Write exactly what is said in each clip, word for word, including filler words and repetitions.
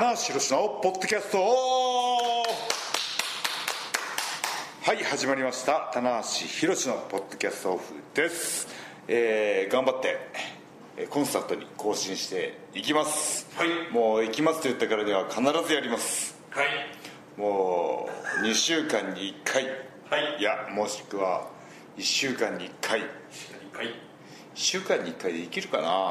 棚橋宏のポッドキャスト。はい、始まりました棚橋宏のポッドキャストオフです。えー、頑張ってコンスタントに更新していきます。 はい、 もう行きますと言ったからには必ずやります。 はい、 もうにしゅうかんにいっかい、 はい、 いやもしくはいっしゅうかんにいっかい、いっしゅうかんにいっかいでいけるかな。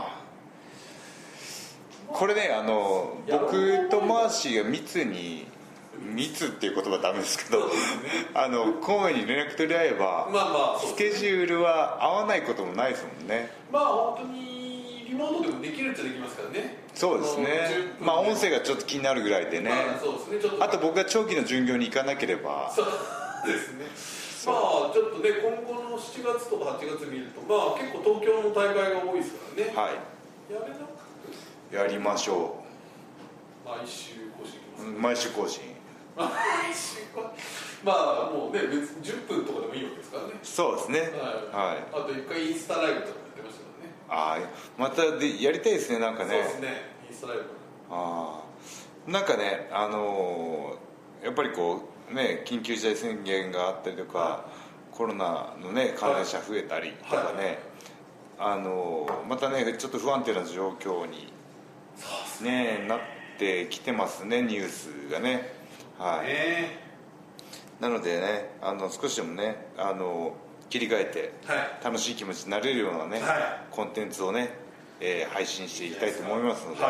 これね、あの僕とマーシーが密に密っていう言葉はダメですけど、あのこまめに連絡取り合えば、 まあまあスケジュールは合わないこともないですもんね。 まあ本当にリモートでもできるっちゃできますからね。 そうですね。まあ音声がちょっと気になるぐらいでね、 まあ、そうですね、ちょっとあと僕が長期の巡業に行かなければ。 そうですね。まあちょっとね、今後のしちがつとかはちがつ見ると、まあ結構東京の大会が多いですからね。 はい、 やれなくてやりましょう。毎週更新いきます、 う。毎週更新。 毎週更新。まあもうね、別にじゅっぷんとかでもいいわけですからね。 そうですね。 はい。 はい、 あと一回インスタライブとかやってましたからね。 ああ、またでやりたいですね、なんかね。 そうですね、インスタライブ。 ああ、なんかね、あのー、やっぱりこうね、緊急事態宣言があったりとか、はい、コロナのね感染者増えたりとかね、はい、あのー、またねちょっと不安定な状況にねなってきてますね、ニュースがね。はい。 えー、なのでね、あの少しでもね、あの切り替えて楽しい気持ちになれるようなね、はい、コンテンツをね、えー、配信していきたいと思いますので、はい、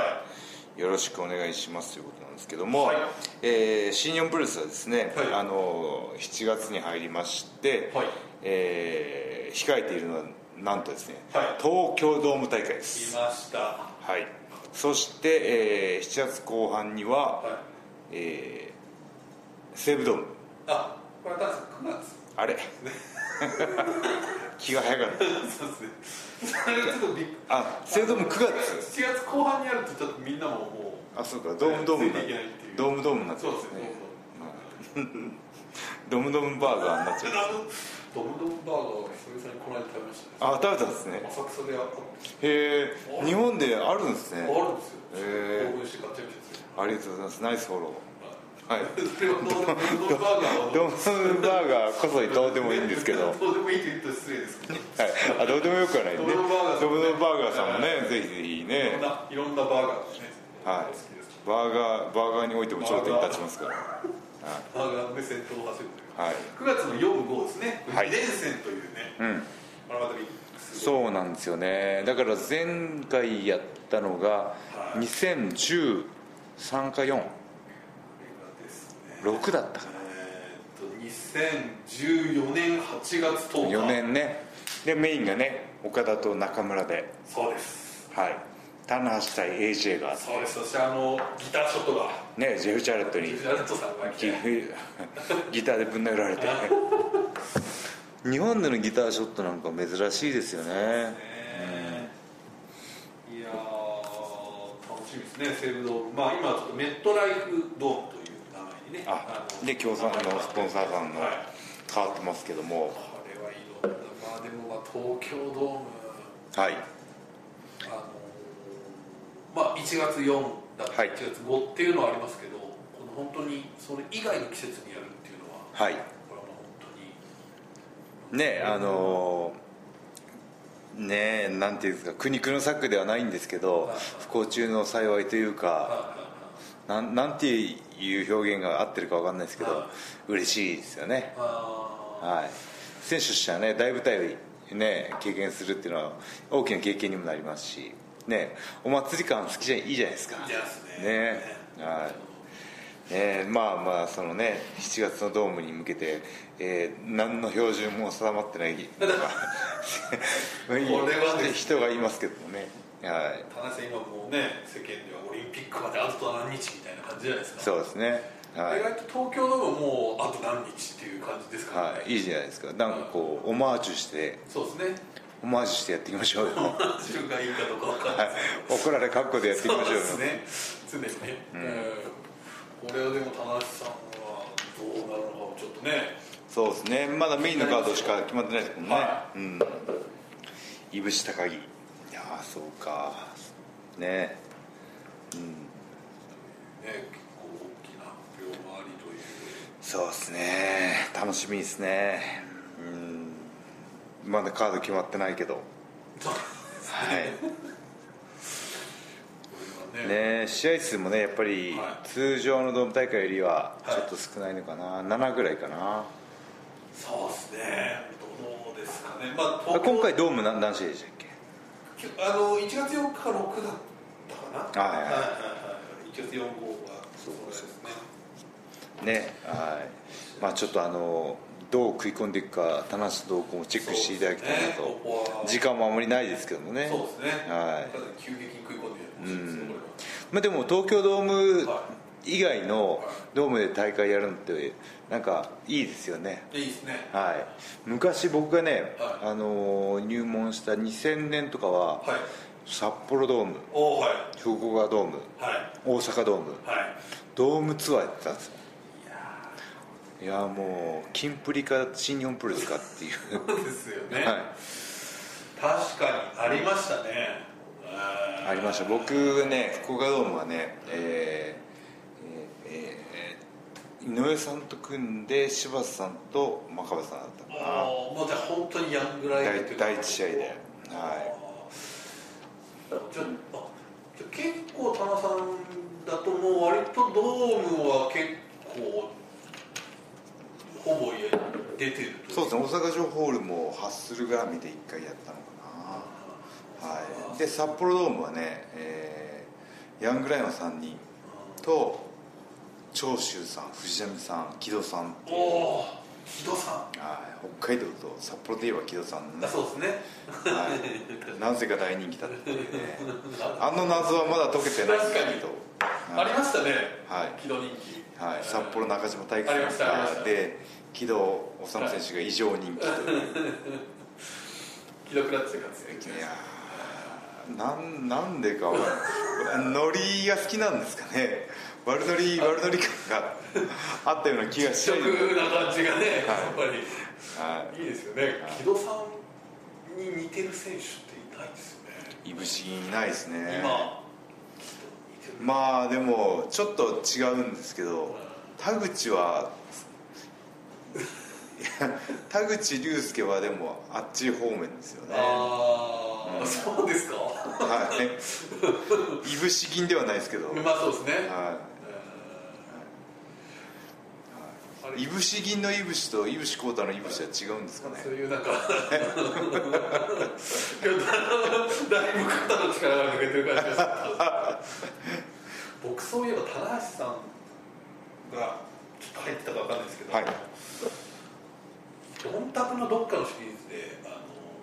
よろしくお願いしますということなんですけども、はい、えー、新日本プロレスはですね、はい、あのしちがつに入りまして、はい、えー、控えているのはなんとですね、はい、東京ドーム大会です。 来ました。 はい。そして、えー、しちがつこう半には、はい、えー、西武ドーム。 あ、これは確かくがつ。 あれ気が早かった。 そうですね。 あ、西武ドームくがつ。 しちがつこう半にやるとちょっとみんなももう、 あ、そうか、ドームドームになってドームドームになってますね。ドームドームバーガーになっちゃう。 ドムドムバーガーを久々にこの間食べましたね。 あ、食べたんですね。 浅草であった。 へえ、日本であるんですね。 あるんですよ。 へえ、 興奮して買っちゃいました。 ありがとうございます。ナイスフォロー。はい。 ドムドムバーガードムドムバーガーこそどうでもいいんですけど。 どうでもいいと言うと失礼ですけど。 はい。あ、どうでもよくはないね。ドムドムバーガーさんもね、ぜひぜひね。 いろんないろんなバーガーですね。 はい。バーガーバーガーにおいても頂点に立ちますから。 バーガーで先頭を走る。 はい。 くがつのよん、ごですね。に連戦というね。 うん。そうなんですよね。だから前回やったのがにせんじゅうさんかよん、ろくだったかな。 えー、とにせんじゅうよねんはちがつとおか。 よねんね。でメインがね、岡田と中村で。 そうです。 はい。棚橋対 エージェー が。 そうです。そしてあのギターショットがね、ジェフ・ジャレットにジェフ・ジャレットさんが来てギターでぶん殴られて日本でのギターショットなんか珍しいですよね。 そうですね、うん、いや楽しみですね、西武ドーム。まあ今はちょっとメットライフドームという名前にね、 あで協賛のスポンサーさんの変わってますけども、はい、 これはいろんな、まあでもまあ東京ドーム、 はい、 あのまあいちがつよんだったりいちがつごっていうのはありますけど、この本当にそれ以外の季節にやるっていうのは、 はい、 これはもう本当にね、あのー、ねなんていうんですか、苦肉の策ではないんですけど、不幸中の幸いというか、なん、なんていう表現が合ってるか分かんないですけど、嬉しいですよね。はい、選手としてはね、大舞台をね経験するっていうのは大きな経験にもなりますしね、お祭り感好きじゃいいじゃないですか。 いいですね。 ね、はい。ね、まあまあそのねしちがつのドームに向けて、えー、何の標準も定まってないこれは、ね、人がいますけどもね。はい。 田中さん、今もうね世間ではオリンピックまであと何日みたいな感じじゃないですか。 そうですね。はい、 意外と東京ドームもうあと何日っていう感じですからね。 はい、いいじゃないですか。なんかこうオマージュして。 そうですね。 オマージュしてやっていきましょうよ。 オマージュがいいかどうか分からないですけど、はい、怒られ格好でやっていきましょうよ。 そうですね、常にね、うん、えー、これはでも田中さんはどうなるのかちょっとね。 そうですね、まだメインのカードしか決まってないですもんね、はい、うん、いぶし高木、いやそうかね、うん、 ね、 結構大きな発表もありという。 そうですね、楽しみですね。うん、まだカード決まってないけど。 そうですね、 はいね、試合数もねやっぱり通常のドーム大会よりはちょっと少ないのかな、はい、ななぐらいかな。 そうですね、どうですかね、まあ、 今回ドーム何, 何試合でしたっけ。 あのいちがつよっかろくだったかな。 はいはいはい、 いちがつよん号はそうですね。 ね、はい、まあちょっとあのどう食い込んでいくか棚橋動向もチェックしていただきたいなと、ね、ここ時間もあまりないですけどもね。 そうですね、はい、急激に食い込んでやる、うん、 まあ、でも東京ドーム以外のドームで大会やるのってなんかいいですよね。 いいですね、 はい、昔僕がね、はい、あの入門したにせんねんとかは、はい、札幌ドーム、はい、福岡ドーム、はい、大阪ドーム、はい、ドームツアーやってたんですよ。いやもうキンプリか新日本プロレスかっていうそうですよね、はい、確かにありましたね。 ありました。僕ね福岡ドームはね、えーえー、井上さんと組んで柴田さんと真壁さんだったかな。 あもうじゃあ本当にヤングライブ第一試合で、はい、 じゃあ結構田中さんだともう割とドームは結構ほぼ出てると。 そうですね、大阪城ホールもハッスル絡みでいっかいやったのかな、はい、で札幌ドームはね、えー、ヤングライオンさんにんと長州さん、藤波さん、木戸さんっていう。 お木戸さん、 はい、北海道と札幌といえば木戸さん、 ね、そうですね、 はい、なぜか大人気だっていうねあの謎はまだ解けてないんだけど、 はい、ありましたね、 はい、 木戸人気、 はい、札幌中島体育センターで木戸治選手が異常人気という木戸クラッチで活躍。 いやなん、なんでかノリが好きなんですかね。悪ノリ悪ノリ感があったような気がして、 直な感じがね、 はい、 やっぱり、はい、いいですよね、はい、木戸さんに似てる選手っていないですよね。 いぶし銀いないですね今。 まあでもちょっと違うんですけど、田口は田口竜介はでもあっち方面ですよね。 ああ、うん、そうですか。 はい。いぶし銀ではないですけど。 まあそうですね。はい。 いぶし銀のいぶしといぶしこうたのいぶしは違うんですかね。 そういうなんかだいぶ肩の力が抜けてる感じがする。僕そういえば棚橋さんがちょっと入ってたか分かんないですけど、はい、ドンタクのどっかのシリーズであ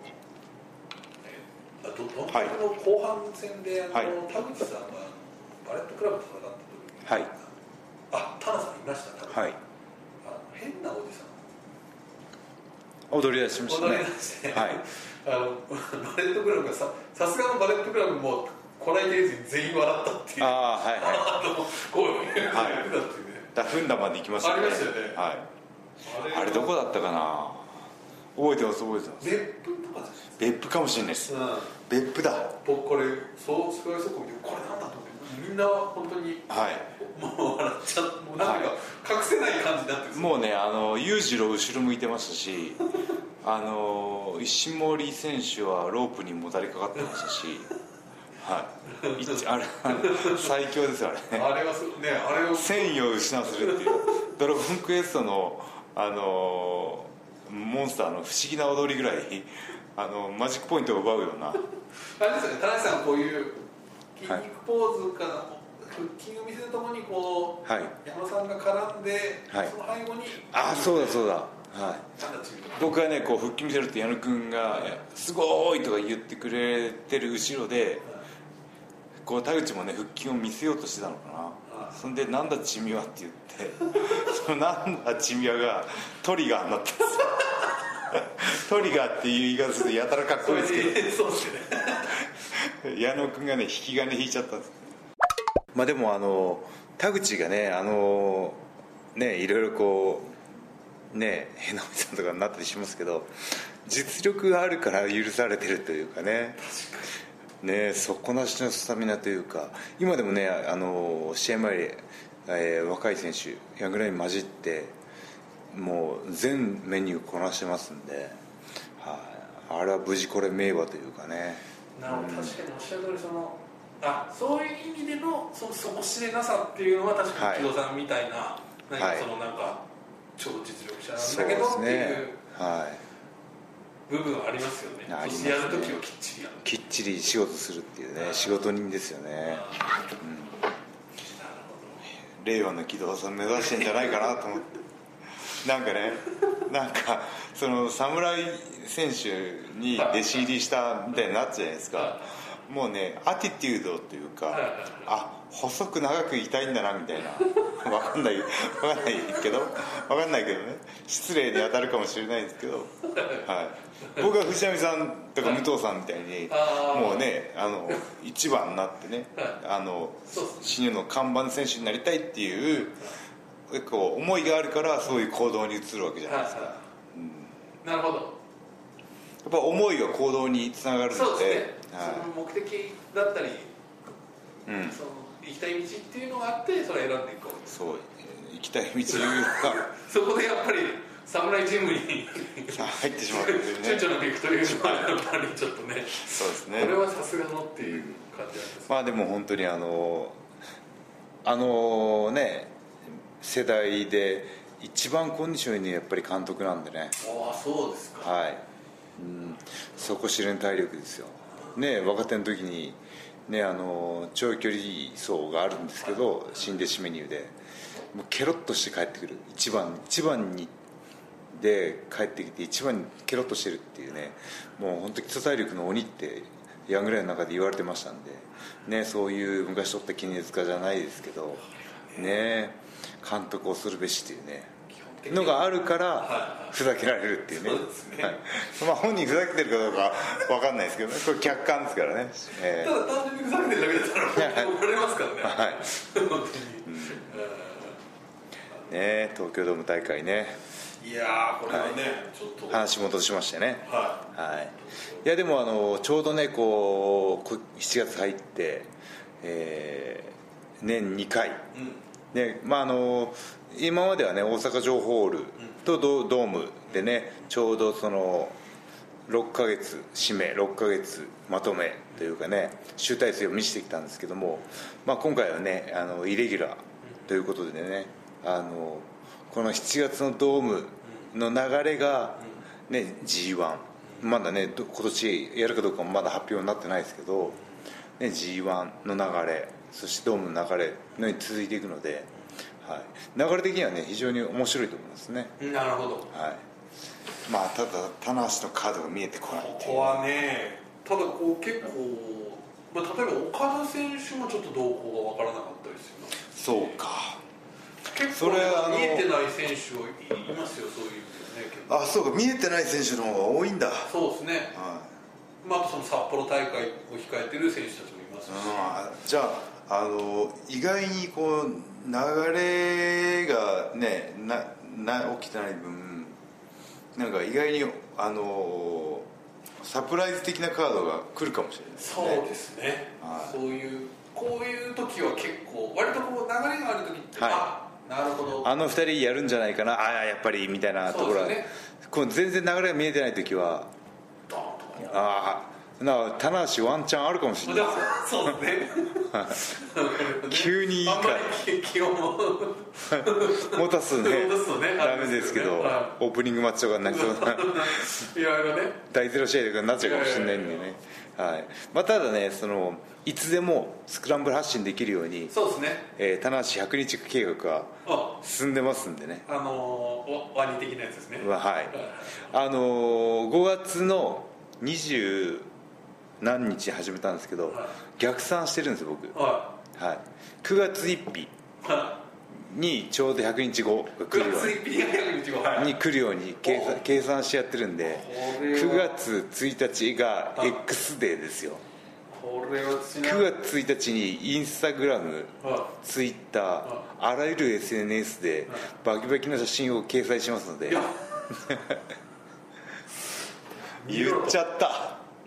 の、えドンタクの後半戦で、はい、あの田口さんがバレットクラブと戦った時に、はい、あ、タナさんいました、はい、変なおじさん踊り出しましたね。 踊り出して、はい、あのバレットクラブがささすがのバレットクラブもこらえきれずに全員笑ったっていう。ああ、はいはいこういう感じだっていうね。 ダフンダまで行きましたね。 ありましたよね。はい。 あれ、あれどこだったかな。覚えてます覚えてます。 別府とかじゃないですか。 別府かもしれないです。うん、別府だ。 僕これそうスクライスコ見てこれなんだと思ってみんな本当にはいもう笑っちゃうもうなんか隠せない感じになってる。 もうねあの裕次郎後ろ向いてましたし。あの石森選手はロープにもたれかかってましたし。はい、あれ最強ですよあれね。 あれはそうね、あれを戦意を失わせるっていうドラゴンクエストのあのモンスターの不思議な踊りぐらいあのマジックポイントを奪うような。 あれですよね、田中さんこういう筋肉ポーズから、はい、腹筋を見せるともにこう、はい、矢野さんが絡んで、はい、その背後にああそうだそうだ、はい、僕がねこう腹筋見せると矢野君が「すごい!」とか言ってくれてる後ろでこう田口もね腹筋を見せようとしてたのかな。そんで「なんだチミは」って言ってその「なんだチミは」がトリガーになったんですよトリガーっていう言い方するとやたらかっこいいですけどそうですね矢野君がね引き金引いちゃったんです。まあでもあの田口がねあのねいろいろこうね変なおじさんとかになったりしますけど実力があるから許されてるというかね。 ね、底なしのスタミナというか、今でもね、あの試合前で、えー、若い選手ヤングライン混じってもう全メニューこなしてますんで、はあ、あれは無事これ名馬というかね。 なるほど、うん、確かにおっしゃる通り、そのあそういう意味でのその底知れなさっていうのは確かに木戸さんみたいな、はい、何かそのなんか超実力者なんだけどっていう、はい、部分はありますよね。 ありますね。やるときはきっちりやる、 きっちり仕事するっていうね、仕事人ですよね、うん、なるほど。令和の木戸さん目指してんじゃないかなと思ってなんかね、なんかその侍選手に弟子入りしたみたいになったじゃないですか。もうね、アティテュードというか、あ、細く長くいたいんだなみたいな、分かんない分かんないけど分かんないけどね、失礼に当たるかもしれないですけど、はい、僕は藤波さんとか武藤さんみたいにもうね、あの一番になってね、あの新日本の看板選手になりたいっていう結構思いがあるから、そういう行動に移るわけじゃないですか、はいはい、 うん、なるほど。 やっぱ思いが行動につながるので、 そうですね、 はい、 その目的だったり、うん、その行きたい道っていうのがあって、それを選んでいこう。 そう、行きたい道がそこでやっぱり侍ジムに入ってしまうっていうね、 躊躇なく行くというのはやっぱりちょっとね、 そうですね、 これはさすがのっていう感じなんです、ね、 まあでも本当にあのあのね世代で一番コンディションにやっぱり監督なんでね。 ああ、そうですか。 はい、うん、底知れぬ体力ですよね。若手の時にね、あの長距離走があるんですけど、新弟子メニューでもうケロッとして帰ってくる、一番一番にで帰ってきて一番にケロッとしてるっていうね、もう本当基礎体力の鬼ってヤングラインの中で言われてましたんでね、そういう昔取った絹塚じゃないですけどね、監督をするべしっていうねのがあるからふざけられるっていうね、はい、まあ本人ふざけてるかどうか分かんないですけどね、これ客観ですからね、 えー、ただ単純にふざけてるだけだったら怒られますからね、はい、本当に、 うん、ね、東京ドーム大会ね、 いやこれはね、はい、ちょっと話戻しましてね、はい、はい、いやでもあのちょうどねこうしちがつ入って、えー、年にかい、うん、ね、まああの今まではね大阪城ホールと ド, ドームでね、ちょうどそのろっかげつ締めろっかげつまとめというかね、集大成を見せてきたんですけども、まあ、今回はねあのイレギュラーということでね、あのこのしちがつのドームの流れが、ね、ジーワン まだね今年やるかどうかもまだ発表になってないですけど、ね、ジーワン の流れ、そしてドームの流れのに続いていくので、はい、流れ的にはね非常に面白いと思いますね。 なるほど、 はい、まあただ棚橋のカードが見えてこないという。 ここはね、ただこう結構、まあ、例えば岡田選手もちょっと動向が分からなかったですよね。 そうか、 結構、ね、見えてない選手はいますよ、そういうね。 あ、そうか、見えてない選手の方が多いんだ。 そうですね、はい、まあ、あとその札幌大会を控えてる選手たちもいますし、 うん、じゃあ、あの意外にこう流れがねなな起きてない分、なんか意外にあのサプライズ的なカードが来るかもしれないですね。 そうですね、はい、そういうこういう時は結構割とこう流れがある時って、はい、あ、なるほど、 あのふたりやるんじゃないかな、ああやっぱりみたいなところは、ね、こう全然流れが見えてない時はああな棚橋ワンチャンあるかもしれないですよ。 そうですね急にいいかあんまり気を持たすねダメですけど、はい、オープニングマッチとかになりそうないろいろね大ゼロ試合とかになっちゃうかもしれないんでね、はい、まあ、ただねそのいつでもスクランブル発進できるように、 そうですね、 えー、棚橋ひゃくにち計画が進んでますんでね、 あのー、ワニ的なやつですね、 はい、あのー、ごがつのにじゅう何日始めたんですけど、はい、逆算してるんです僕、はいはい、くがつついたちにちょうどひゃくにちごが来るようにに来るように計算、計算してやってるんで、くがつついたちが X デーですよ。 これはくがつついたちにインスタグラム、ツイッター、あらゆる エスエヌエス でバキバキの写真を掲載しますので言っちゃった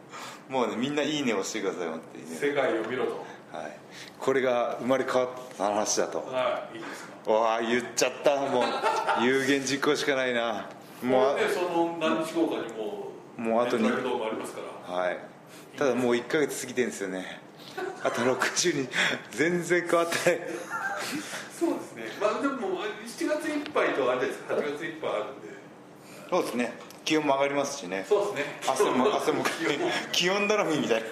もうねみんないいねをしてください、本当にね。 世界を見ろと、 はい、これが生まれ変わった話だと。 はい、いいですか。 わあ言っちゃった。もう有言実行しかないな。もうこれでその何日後かにもうもうあとにメンタルドームありますから。 はい。ただもういっかげつ過ぎてるんですよね。あとろくじゅうにち全然変わってない。 そうですね。まあでもしちがついっぱいとあれですか、はちがついっぱいあるんで。 そうですね。気温も上がりますしね。 そうですね。 汗も汗も気温頼みみたいな。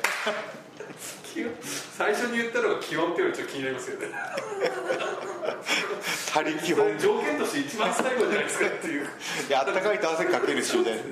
最初に言ったのが気温っていうのはちょっと気になりますよね。 他力本条件として一番最後じゃないですかっていう。 いや、あったかいと汗かけるしみたいなね。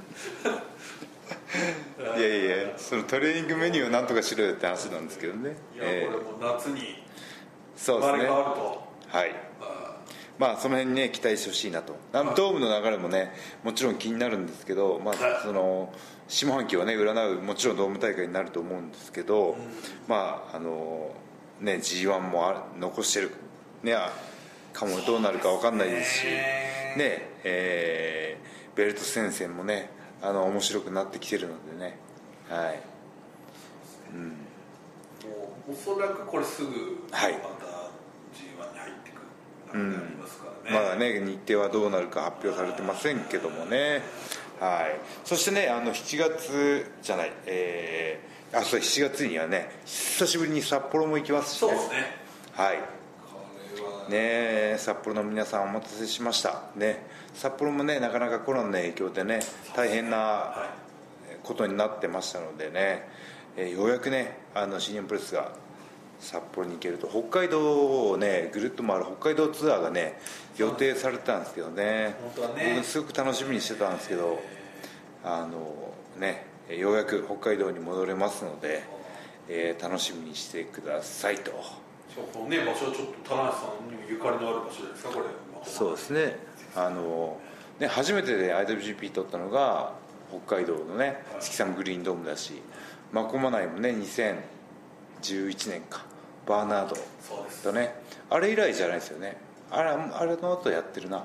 いやいや、そのトレーニングメニューをなんとかしろよって話なんですけどね。 いや、えー、これも夏にそうですね。 変わると。 はい。まあその辺にね期待してほしいなと。あのドームの流れもねもちろん気になるんですけど、まあその下半期をね占うもちろんドーム大会になると思うんですけど、まああのね ジーワン も残してるねかもどうなるか分かんないですしね、えー、ベルト戦線もねあの面白くなってきてるのでね、はい、うん、もうおそらくこれすぐまた ジーワン に入ってくる、うん、 まだね日程はどうなるか発表されてませんけどもね、はい、そしてねあのしちがつじゃない、えー、あそうしちがつにはね久しぶりに札幌も行きますしね。 そうですね、 はい、ね、札幌の皆さんお待たせしましたね。札幌もねなかなかコロナの影響でね大変なことになってましたのでね、えー、ようやくねあの新日本プロレスが札幌に行けると。北海道をねぐるっと回る北海道ツアーがね予定されてたんですけどね、 本当はね僕すごく楽しみにしてたんですけど、あのねようやく北海道に戻れますので、えー、楽しみにしてくださいと。 このね場所はちょっと田中さんにもゆかりのある場所ですかこれ。 そうですね、あのね初めてで アイダブリュージーピー 取ったのが北海道のね月寒グリーンドームだし、真駒内もねにせんじゅういちねんかバーナードとね、あれ以来じゃないですよね。あれあれの後やってるな、はい、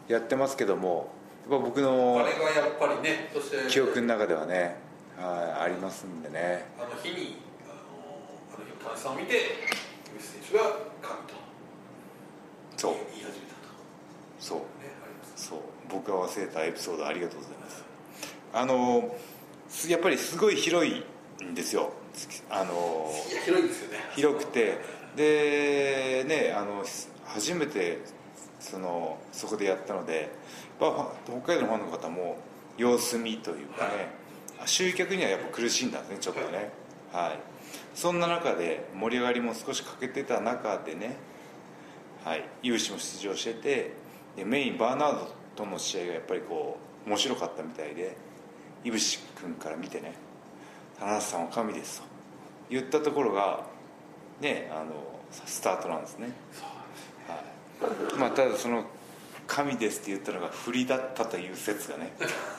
やってますけどもやっぱ僕のあれがやっぱりねそして記憶の中ではね、はい、ありますんでね。 あの日にあのあの日の田中さんを見て上選手が神とそう言い始めたと。 そう、ね、そう僕が忘れたエピソードありがとうございます。あのやっぱりすごい広いんですよ。あの広いですよね。 広くてでねあの初めてそのそこでやったので、まあ、北海道のファンの方も様子見というかね、はい、集客にはやっぱ苦しんだんですねちょっとね、はいはい、そんな中で盛り上がりも少し欠けてた中でね、はい、有志も出場しててでメインバーナードとの試合がやっぱりこう面白かったみたいで、井伏君から見てね田中さんは神ですと言ったところがねあのスタートなんですね。はい、まあ、ただその神ですって言ったのが振りだったという説がね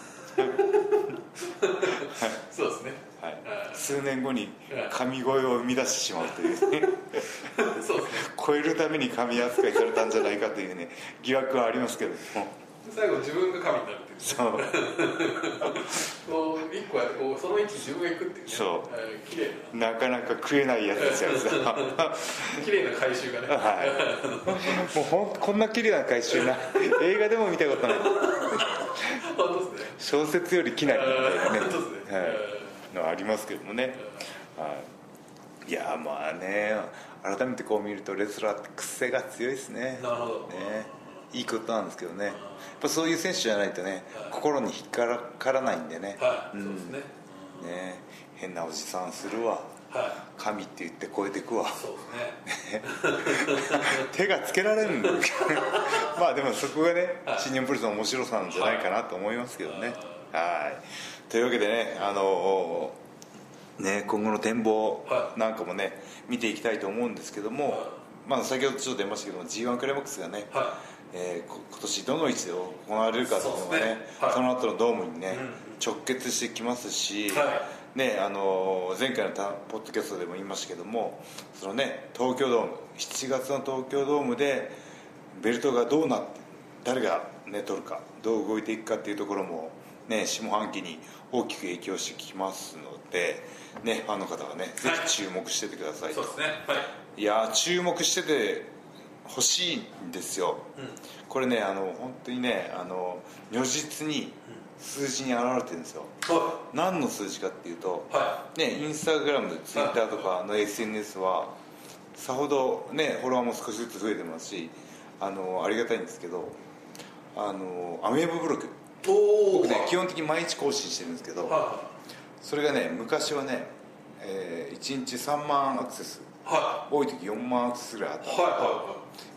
そうですね、 はい、数年後に神声を生み出してしまうというねそうですね、超えるために神扱いされたんじゃないかというね疑惑はありますけども、 最後自分が神になるっていう、ね、 そうこう一個やこうその位置自分が行くっていうね、 そう、 えー、綺麗ななかなか食えないやつですよ綺麗な回収がね、 はい、もうほんこんな綺麗な回収な映画でも見たことない本当ですね、 小説よりきなりみたいなね、 本当ですね、はい、 のありますけどもね、はい、いやまあね改めてこう見るとレスラーって癖が強いですね。 なるほど、 ね、いいことなんですけどね、やっぱそういう選手じゃないとね、はい、心に引っかからないんでね、 はい、うん、そうですね、 ね、変なおじさんするわ、はい、神って言って超えてくわ、 そうですね手がつけられるんだまあでもそこがね、はい、新日本プロレスの面白さなんじゃないかなと思いますけどね、はい、はい、というわけでね、あのね今後の展望なんかもね、はい、見ていきたいと思うんですけども、はい、まあ、先ほどちょっと出ましたけども ジーワン クライマックスがね、はい、えー、今年どの位置で行われるかっていうのがね、 そ, ね、はい、その後のドームにね、うん、直結してきますし、はいね、あの前回のポッドキャストでも言いましたけども、そのね東京ドームしちがつの東京ドームでベルトがどうなって誰が、ね、取るかどう動いていくかっていうところもね、下半期に大きく影響してきますので、ね、ファンの方はね、ぜひ注目しててくださいと、 はい、そうですね、はい、 いや注目しててほしいんですよ、うん、これね、あの本当にね、あの如実に数字に表れてるんですよ、はい、何の数字かっていうと、はいね、インスタグラム、ツイッターとかの エスエヌエス はさほど、ね、フォロワーも少しずつ増えてますし、あのありがたいんですけど、あのアメーバブログ、僕ね基本的に毎日更新してるんですけど、はい、それがね昔はね、えー、いちにちさんまんアクセス、はい、多い時よんまんアクセスぐらいあったんですけど、はいはいはい、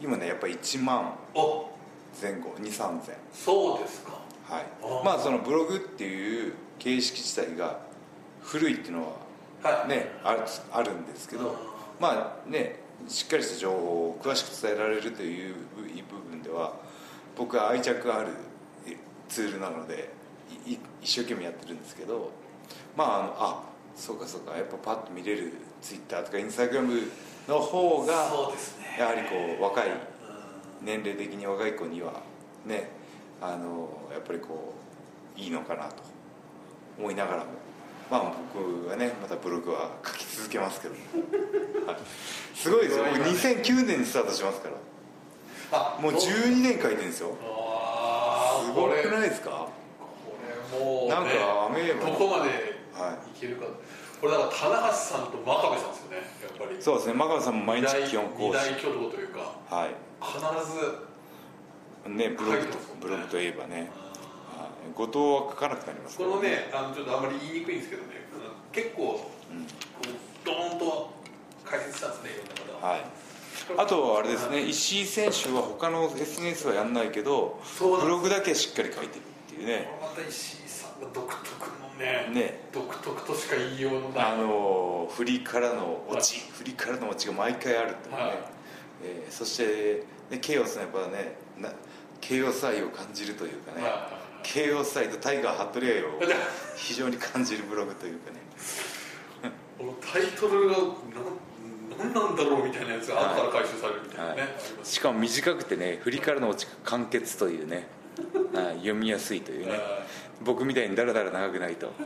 今ねやっぱりいちまんぜん後に、さんぜん。 そうですか、 はい、あまあそのブログっていう形式自体が古いっていうのはね、はい、あ, あるんですけど、まあねしっかりした情報を詳しく伝えられるという部分では僕は愛着あるツールなので一生懸命やってるんですけど、まああのあそうかそうか、やっぱパッと見れるツイッターとかインスタグラムの方がそうですね、 やはりこう若い年齢的に若い子にはね、あのやっぱりこういいのかなと思いながらも、まあ僕はねまたブログは書き続けますけどはい、すごいですよ、僕にせんきゅうねんにスタートしますから、あもうじゅうにねん書いてるんですよ。すごくないですか。 これもう、ね、 なんかアメーバどこまでいけるか、はい、これだから棚橋さんと真壁さんですよね、やっぱり。 そうですね、真壁さんも毎日基本更新、 二大挙動というか、はい、必ずね、ブログと、ブログといえばね、後藤は書かなくなりますから、 ね、このね、あのちょっとあんまり言いにくいんですけどね、結構、うん、ドーンと解説したんですね、いろんな方は。はい、 あとあれですね、はい、石井選手は他の エスエヌエス はやんないけどブログだけしっかり書いてるっていうね。 また石井さんが独特のね、ね独特としか言いようのない、 あの振りからの落ち、はい、振りからの落ちが毎回あるっていうね、はい、えー、そして、ね、ケイオスのやっぱねなケイオス愛を感じるというかね、はい、ケイオス愛とタイガー・ハットリ愛を非常に感じるブログというかねこのタイトルが何なんだろうみたいなやつが後から回収されるみたいなね、はいはい、 しかも短くてね、振りからの落ちが簡潔というね読みやすいというね、僕みたいにダラダラ長くないと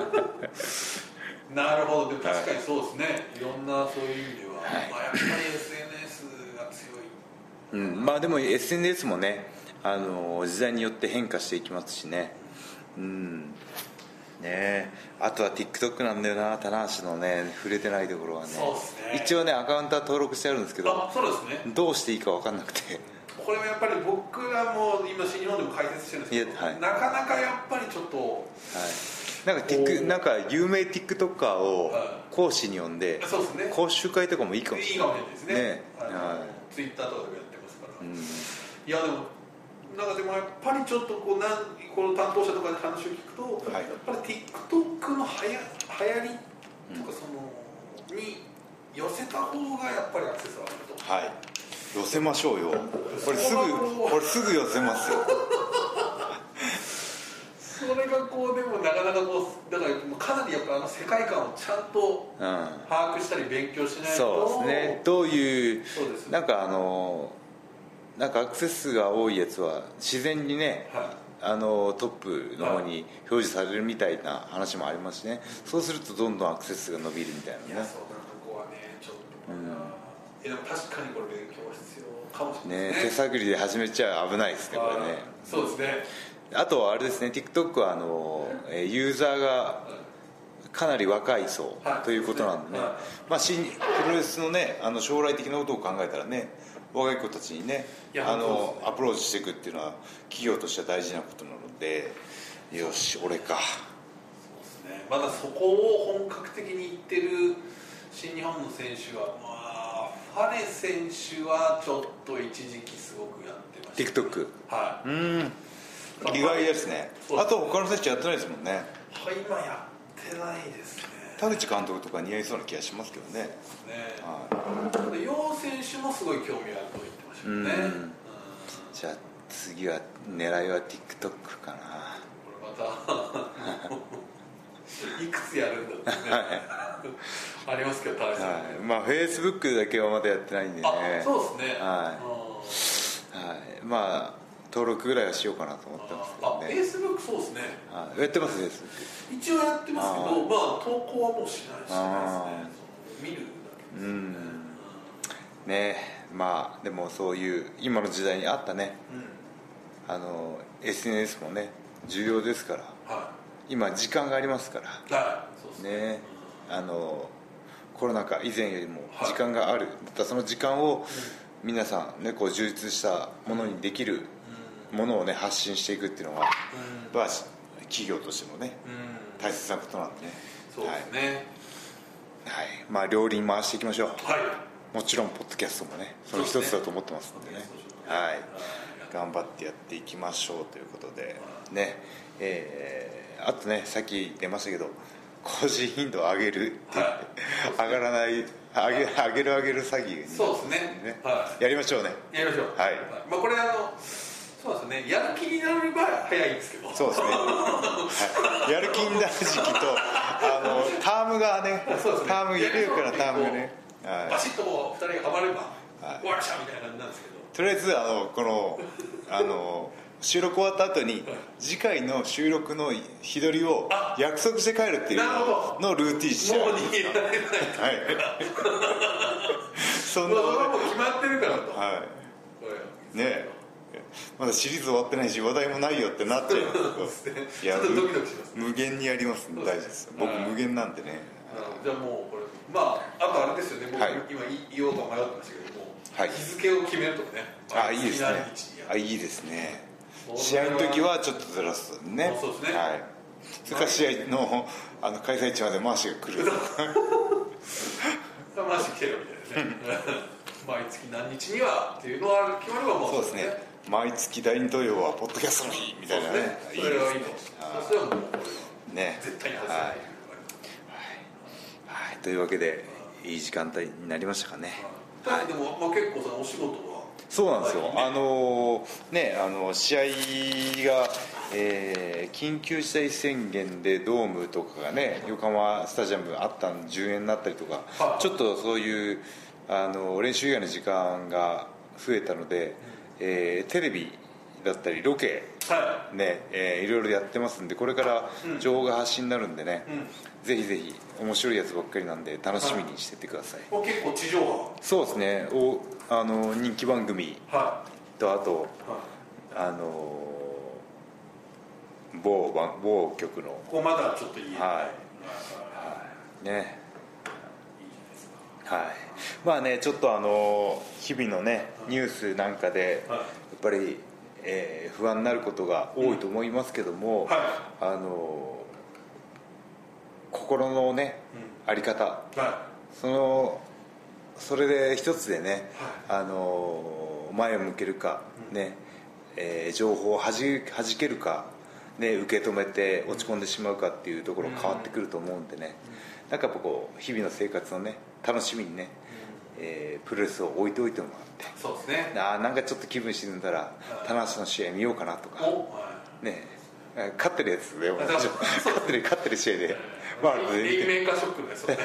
なるほど、で確かにそうですね、はい、いろんなそういう意味では、はい、まあ、やっぱり エスエヌエス が強い、 うん、まあでも エスエヌエス もね、あの時代によって変化していきますしね、うんね、あとは TikTok なんだよな、棚橋のね触れてないところは ね, そうですね、一応ねアカウントは登録してあるんですけど、 あ、そうですね、 どうしていいか分かんなくて、 これはやっぱり僕らも今新日本でも解説してるんですけど、はい、なかなかやっぱりちょっと、はい、なんか、ティック、なんか有名 TikToker を講師に呼んで、はい、そうですね、講習会とかもいいかもしれない、 いいかもしれないですね、ね、はい、ツイッターとかでもやってますから、うん、いやでもなんかでもやっぱりちょっとこうなんこの担当者とかで話を聞くと、はい、やっぱり TikTok のはや流行りとかその、うん、に寄せた方がやっぱりアクセスはあると、 はい、寄せましょうよ、これすぐこれすぐ寄せますよそれがこうでもなかなかこうだからかなりやっぱあの世界観をちゃんと把握したり勉強しないと、 うん、そうですね、どういう、そうです、なんかあのなんかアクセス数が多いやつは自然にね、はい、あのトップの方に表示されるみたいな話もありますしね、はい、そうするとどんどんアクセス数が伸びるみたいなね、いや、 そうなとこはねちょっと、うん、いやでも確かにこれ勉強は必要かもしれないですね、 ね、手探りで始めちゃ危ないですね、これね。 そうですね。 あとはあれですね、 TikTok はあのユーザーがかなり若い層ということなんでね、はい、まあ、新プロレスのね、あの将来的なことを考えたらね、若い子たちにね、あのアプローチしていくっていうのは企業としては大事なことなので、よし俺か、 そうですね、まだそこを本格的にいってる新日本の選手は、まあ、ファレ選手はちょっと一時期すごくやってました、ね、 TikTok、 はい、 うん、意外ですね。あと他の選手やってないですもんね。 はい、今やってないですね。 田口監督とか似合いそうな気がしますけどね。ね、 はい、楊選手もすごい興味あると言ってましたよね。うん、 じゃあ次は狙いは TikTok かな。 これまたいくつやるんだってね、はい、ありますけど、田口さん、はい、 まあ Facebook だけはまだやってないんでね。 あ、そうですね、 はい、はい、まあ登録ぐらいはしようかなと思ってますけどね。 あ、Facebook そうですね。 あ、やってます Facebook。 一応やってますけど、まあ投稿はもうしないしないですね。見るだけですね。 うんね、まあでもそういう今の時代に合ったね、うん、あの エスエヌエス もね重要ですから、はい、今時間がありますから、はい、そうですね、ね、あのコロナ禍以前よりも時間がある、はい、またその時間を皆さん、ね、こう充実したものにできるものを、ね、発信していくっていうのは、うん、まあ、企業としてもね、うん、大切なことなんでね。 そうですね、 はい、はい、まあ両輪回していきましょう。 はい、 もちろんポッドキャストもねその一つだと思ってますんでね、はい、頑張ってやっていきましょうということでね、えー、あとねさっき出ましたけど更新頻度を上げるって言って、はい、上がらない上げ上げる上げる詐欺に、ね、 そうですね、はい、 やりましょうねやりましょう、 はい、 まあ、これあのそうですね、やる気になる場合は早いんですけど、 そうですね、はい、やる気になる時期とあのタームが ね, ねターム緩やかなタームがね、 はい、バシッともうふたりがハマれば、はい、終わらしたみたいな感じなんですけど、 とりあえずあのこのあの収録終わった後に次回の収録の日取りを約束して帰るっていうのルーティンしてもう逃げられない、はい、 そんなのもう決まってるからと、 はい、ねえまだシリーズ終わってないし話題もないよってなっちゃいますけど、いや、無限にやりますんで大事ですよ。僕無限なんでね。 じゃあもうこれまああとあれですよね、僕、はい、今言おうと迷ってましたけども、はい、日付を決めるとかね、 あ、いいですね、あ、いいですね。試合の時はちょっとずらすね。 そうですね、 はい、それから試合 の, あの開催地まで回しが来る回し来てるみたいなね毎月何日にはっていうのは決まればもうそうですね、毎月第二土曜はポッドキャストの日みたいなね、 それはいいですね。それはもうこれはね、 絶対に外せない、はいはい、というわけでいい時間帯になりましたかね。 はい、でも、まあ、結構さお仕事はそうなんですよ、あのね、あの試合が、えー、緊急事態宣言でドームとかがね横浜スタジアムあったんじゅうえんになったりとか、はい、ちょっとそういうあの練習以外の時間が増えたので、えー、テレビだったりロケ、はいねえー、いろいろやってますんで、これから情報が発信になるんでね、うん、ぜひぜひ面白いやつばっかりなんで楽しみにしててください。 はい、結構地上波そうですね、おあの人気番組と、はい、あと、はい、あの某番某局のここまだちょっといい、 はい、はい、ね、はい、まあね、ちょっとあの日々のねニュースなんかでやっぱり、えー、不安になることが多いと思いますけども、うん、はい、あの心のね、うん、あり方、はい、そのそれで一つでね、はい、あの前を向けるか、うん、ね、えー、情報をはじ弾けるか、ね、受け止めて落ち込んでしまうかっていうところが変わってくると思うんでね、うん、なんかやっぱこう日々の生活のね楽しみにね、うん、えー、プロレスを置いておいてもらって、 そうですね、 あ、なんかちょっと気分沈んだら棚橋の試合見ようかなとか、ね、勝ってるやつで勝ってる勝ってる試合でワールドで見てリーメーカーショックですよね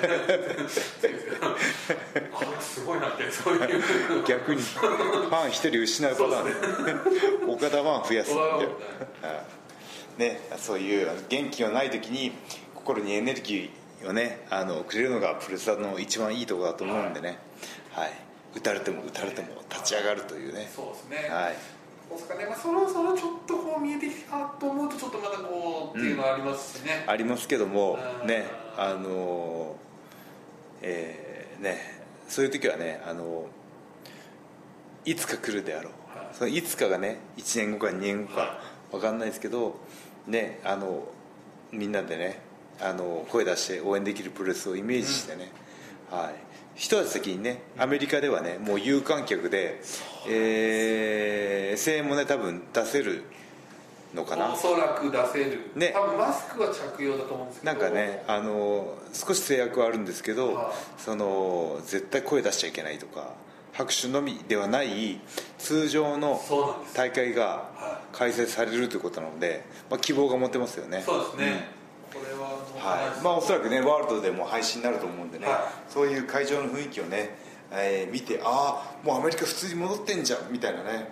すごいなって、そういう逆にファン一人失うパターンで岡田ファン増やすみたいなね、そういう元気がない時に心にエネルギーをねあのくれるのがプロレスの一番いいところだと思うんでね、はい、打たれても打たれても立ち上がるというね、 そうですね、 はい、 そうですかね、まあ、そろそろちょっとこう見えてきたと思うとちょっとまたこうっていうのはありますしね、 うん、ありますけどもね、あのえー、ねそういう時はね、あのいつか来るであろう、はい、そのいつかがねいちねんごかにねんごか分かんないですけど、ね、あのみんなでねあの声出して応援できるプロレスをイメージしてね、うん、はい、一足先にねアメリカではねもう有観客で、えー、声援もね多分出せるのかな、 おそらく出せる、ね、多分マスクは着用だと思うんですけど、 なんかねあの少し制約はあるんですけど、はあ、その絶対声出しちゃいけないとか拍手のみではない通常の大会が開催されるということなので、まあ、希望が持てますよね。 そうですね、うん、これははい、まあ、おそらくねワールドでも配信になると思うんでね、はい、そういう会場の雰囲気をね、えー、見て、ああもうアメリカ普通に戻ってんじゃんみたいなね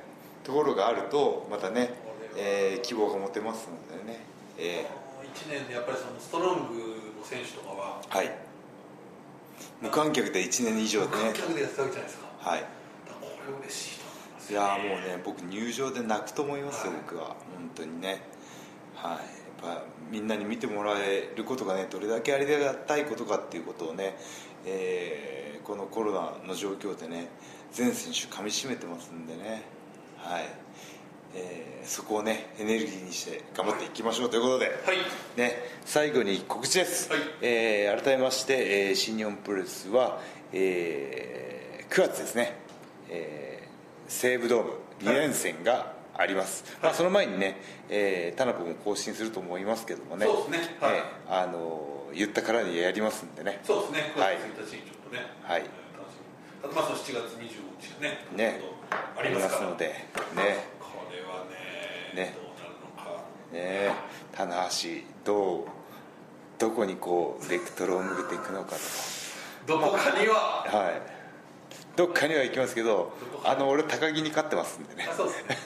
ところがあるとまたね、えー、希望が持てますのでね、えー、いちねんでやっぱりそのストロングの選手とかは、 はい、無観客でいちねん以上でね、 無観客でやってたわけじゃないですか。 はい、 これ嬉しいと思いますよ、ね、いやもうね僕入場で泣くと思いますよ、はい、僕は本当にね、はい、やっぱみんなに見てもらえることがねどれだけありがたいことかっていうことをね、えー、このコロナの状況でね全選手かみしめてますんでね、はい、えー、そこをねエネルギーにして頑張っていきましょうということで、はいね、最後に告知です、はい、えー、改めまして、えー、新日本プロレスは、えー、くがつですね、えー、西武ドームにねん戦があります、はい、まあ、その前にね、えー、タナポも更新すると思いますけどもね、 そうですね、はい、 えー、あのー、言ったからにやりますんでね、 そうですね、くがつついたちにちょっとね、 はい、 あとまあそのしちがつにじゅうごにちがね、 ね、 ありますからので、ね、 これはね、ね、どうなるのか、 ね、棚橋どうどこにこうベクトルを向けていくのかとどこかには、 はい、どっかには行きますけど、あの俺高木に勝ってますんでね、 あ、そうですね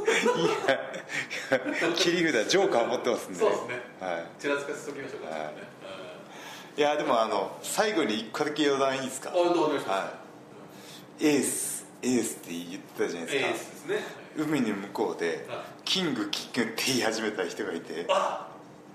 いや切り札ジョーカー持ってますんで、ね、 そうですね、 はい、 ちらつかせておきましょうか、はい、 いやでもあの最後にいっこだけ余談いいですか。 あ、どうぞ、 はい、エースエースって言ってたじゃないですか。 エースですね、 海の向こうでキングキングって言い始めた人がいて、 あ、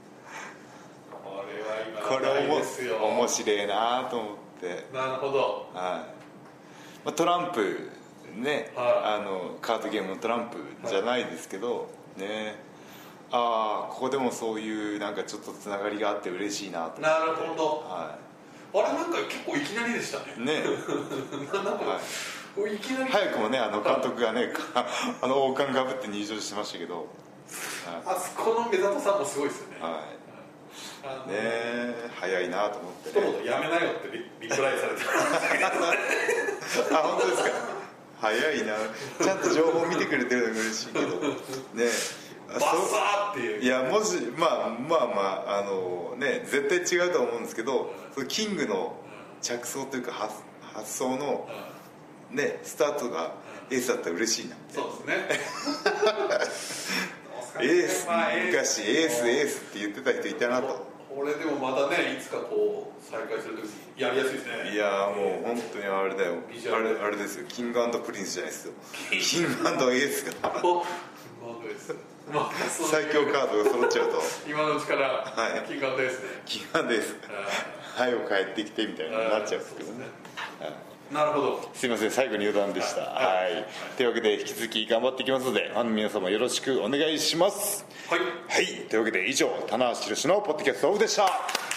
これは今これ面白いなと思って。 なるほど、 はい、まあ、トランプね、はい、あのカードゲームのトランプじゃないですけど、はい、ね、ああここでもそういうなんかちょっとつながりがあって嬉しいなと思って。 なるほど、 はい、 あれなんか結構いきなりでしたね。 ねなんか、はい、いきなり早くもねあの監督がねあの王冠かぶって入場してましたけど、はい、 あそこの目里さんもすごいですよね。 はい、ねえ早いなと思ってね。一言やめなよってリ, リプライされてあ、本当ですか。早いな、ちゃんと情報見てくれてるのが嬉しいけどね。 バッサーっていう。 いやもしまあまあまああのね絶対違うと思うんですけど、そのキングの着想というか 発, 発想のねスタートがエースだったら嬉しいな。 そうですね。 エース、昔エースエースって言ってた人いたなと。 これでもまたねいつかこう再開するときやりやすいですね。 いやもう本当にあれだよ、あれあれですよ、キング&プリンスじゃないですよ、キング&エースが最強カードが揃っちゃうと今のうちから、はい、キング&エースでキング&エースはいを帰ってきてみたいになっちゃうんですけどね。 なるほど、 すいません最後に余談でした。はい、はい、というわけで引き続き頑張っていきますのでファンの皆様よろしくお願いします。 はい、 はい、というわけで以上棚橋宏のポッドキャストオフでした。